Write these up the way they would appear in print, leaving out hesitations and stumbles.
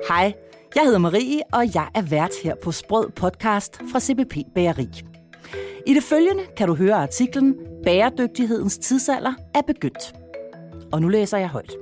Hej, jeg hedder Marie, og jeg er vært her på Sprød Podcast fra CBP Bageri. I det følgende kan du høre artiklen Bæredygtighedens tidsalder er begyndt. Og nu læser jeg højt.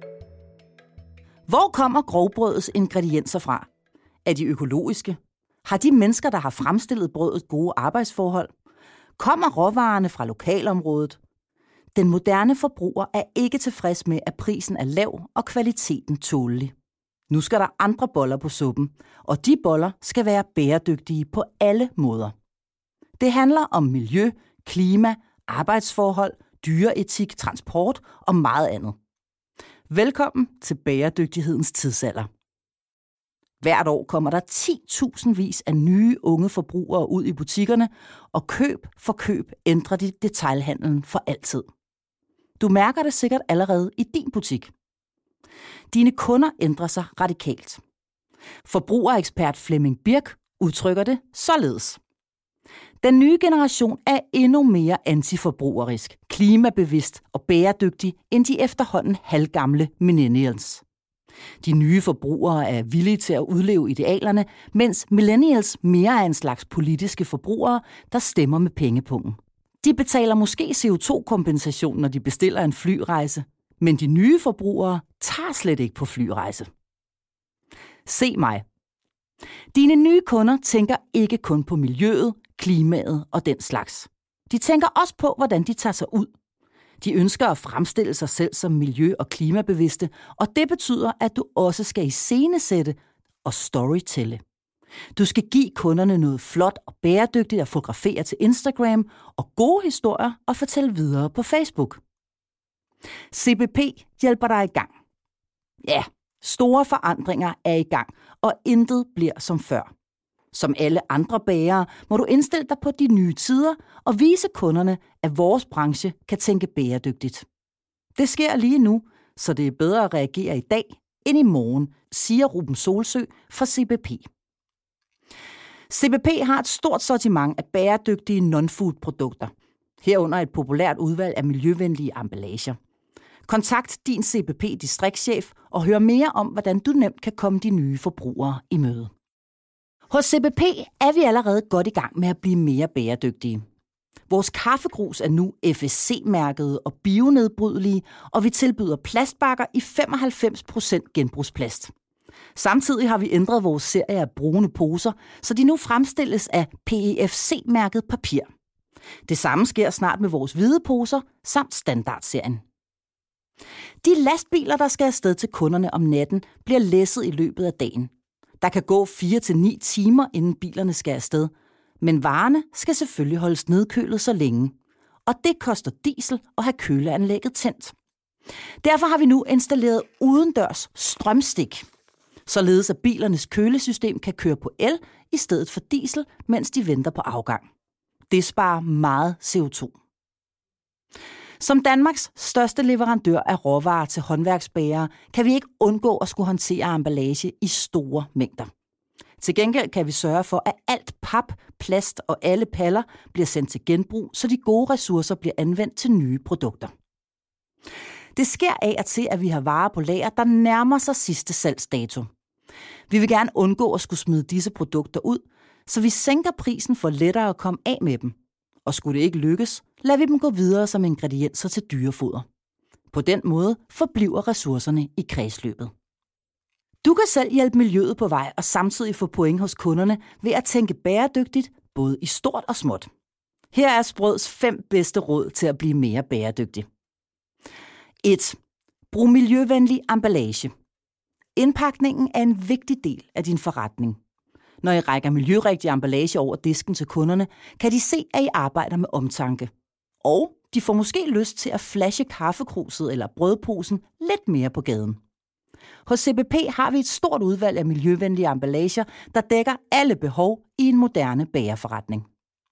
Hvor kommer grovbrødets ingredienser fra? Er de økologiske? Har de mennesker, der har fremstillet brødet, gode arbejdsforhold? Kommer råvarerne fra lokalområdet? Den moderne forbruger er ikke tilfreds med, at prisen er lav og kvaliteten tålelig. Nu skal der andre boller på suppen, og de boller skal være bæredygtige på alle måder. Det handler om miljø, klima, arbejdsforhold, dyreetik, transport og meget andet. Velkommen til Bæredygtighedens tidsalder. Hvert år kommer der 10.000 af nye unge forbrugere ud i butikkerne, og køb for køb ændrer de detailhandlen for altid. Du mærker det sikkert allerede i din butik. Dine kunder ændrer sig radikalt. Forbrugerekspert Flemming Birk udtrykker det således. Den nye generation er endnu mere antiforbrugerisk, klimabevidst og bæredygtig end de efterhånden halvgamle millennials. De nye forbrugere er villige til at udleve idealerne, mens millennials mere er en slags politiske forbrugere, der stemmer med pengepungen. De betaler måske CO2-kompensation, når de bestiller en flyrejse, men de nye forbrugere tager slet ikke på flyrejse. Se mig. Dine nye kunder tænker ikke kun på miljøet, klimaet og den slags. De tænker også på, hvordan de tager sig ud. De ønsker at fremstille sig selv som miljø- og klimabevidste, og det betyder, at du også skal iscenesætte og storytelle. Du skal give kunderne noget flot og bæredygtigt at fotografere til Instagram og gode historier at fortælle videre på Facebook. CBP hjælper dig i gang. Ja, store forandringer er i gang, og intet bliver som før. Som alle andre bagere må du indstille dig på de nye tider og vise kunderne, at vores branche kan tænke bæredygtigt. Det sker lige nu, så det er bedre at reagere i dag end i morgen, siger Ruben Solsø fra CBP. CBP har et stort sortiment af bæredygtige non-food-produkter, herunder et populært udvalg af miljøvenlige emballager. Kontakt din CBP-distriktschef og hør mere om, hvordan du nemt kan komme de nye forbrugere i møde. Hos CBP er vi allerede godt i gang med at blive mere bæredygtige. Vores kaffegrus er nu FSC-mærkede og bionedbrydelige, og vi tilbyder plastbakker i 95% genbrugsplast. Samtidig har vi ændret vores serie af brune poser, så de nu fremstilles af PEFC-mærket papir. Det samme sker snart med vores hvide poser samt standardserien. De lastbiler, der skal afsted til kunderne om natten, bliver læsset i løbet af dagen. Der kan gå 4-9 timer, inden bilerne skal afsted, men varerne skal selvfølgelig holdes nedkølet så længe. Og det koster diesel at have køleanlægget tændt. Derfor har vi nu installeret udendørs strømstik, således at bilernes kølesystem kan køre på el i stedet for diesel, mens de venter på afgang. Det sparer meget CO2. Som Danmarks største leverandør af råvarer til håndværksbagere, kan vi ikke undgå at skulle håndtere emballage i store mængder. Til gengæld kan vi sørge for, at alt pap, plast og alle paller bliver sendt til genbrug, så de gode ressourcer bliver anvendt til nye produkter. Det sker af og til, at vi har varer på lager, der nærmer sig sidste salgsdato. Vi vil gerne undgå at skulle smide disse produkter ud, så vi sænker prisen for lettere at komme af med dem. Og skulle det ikke lykkes, lader vi dem gå videre som ingredienser til dyrefoder. På den måde forbliver ressourcerne i kredsløbet. Du kan selv hjælpe miljøet på vej og samtidig få point hos kunderne ved at tænke bæredygtigt, både i stort og småt. Her er Sprøds 5 bedste råd til at blive mere bæredygtig. 1. Brug miljøvenlig emballage. Indpakningen er en vigtig del af din forretning. Når I rækker miljørigtig emballage over disken til kunderne, kan de se, at I arbejder med omtanke. Og de får måske lyst til at flashe kaffekruset eller brødposen lidt mere på gaden. Hos CBP har vi et stort udvalg af miljøvenlige emballager, der dækker alle behov i en moderne bagerforretning.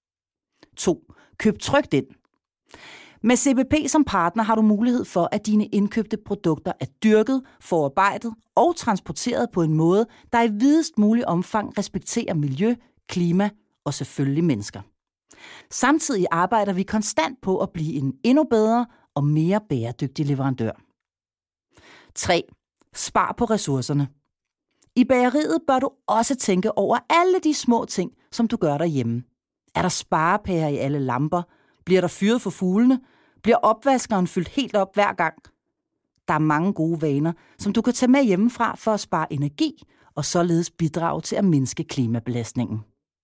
2. Køb trygt ind. Med CBP som partner har du mulighed for, at dine indkøbte produkter er dyrket, forarbejdet og transporteret på en måde, der i videst mulig omfang respekterer miljø, klima og selvfølgelig mennesker. Samtidig arbejder vi konstant på at blive en endnu bedre og mere bæredygtig leverandør. 3. Spar på ressourcerne. I bageriet bør du også tænke over alle de små ting, som du gør derhjemme. Er der sparepærer i alle lamper? Bliver der fyret for fuglene? Bliver opvaskeren fyldt helt op hver gang? Der er mange gode vaner, som du kan tage med hjemmefra for at spare energi og således bidrage til at mindske klimabelastningen.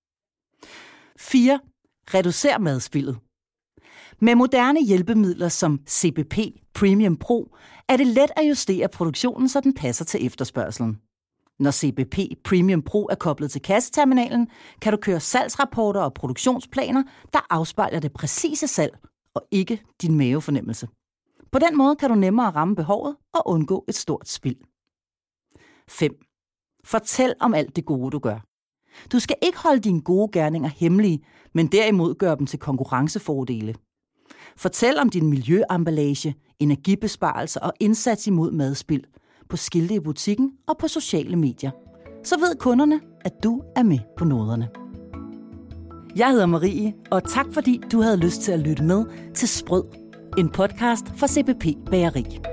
4. Reducer madspildet. Med moderne hjælpemidler som CBP Premium Pro er det let at justere produktionen, så den passer til efterspørgselen. Når CBP Premium Pro er koblet til kasseterminalen, kan du køre salgsrapporter og produktionsplaner, der afspejler det præcise salg og ikke din mavefornemmelse. På den måde kan du nemmere ramme behovet og undgå et stort spild. 5. Fortæl om alt det gode, du gør. Du skal ikke holde dine gode gerninger hemmelige, men derimod gøre dem til konkurrencefordele. Fortæl om din miljøemballage, energibesparelser og indsats imod madspild på skilte i butikken og på sociale medier. Så ved kunderne, at du er med på noderne. Jeg hedder Marie, og tak fordi du havde lyst til at lytte med til Sprød, en podcast fra CBP Bageri.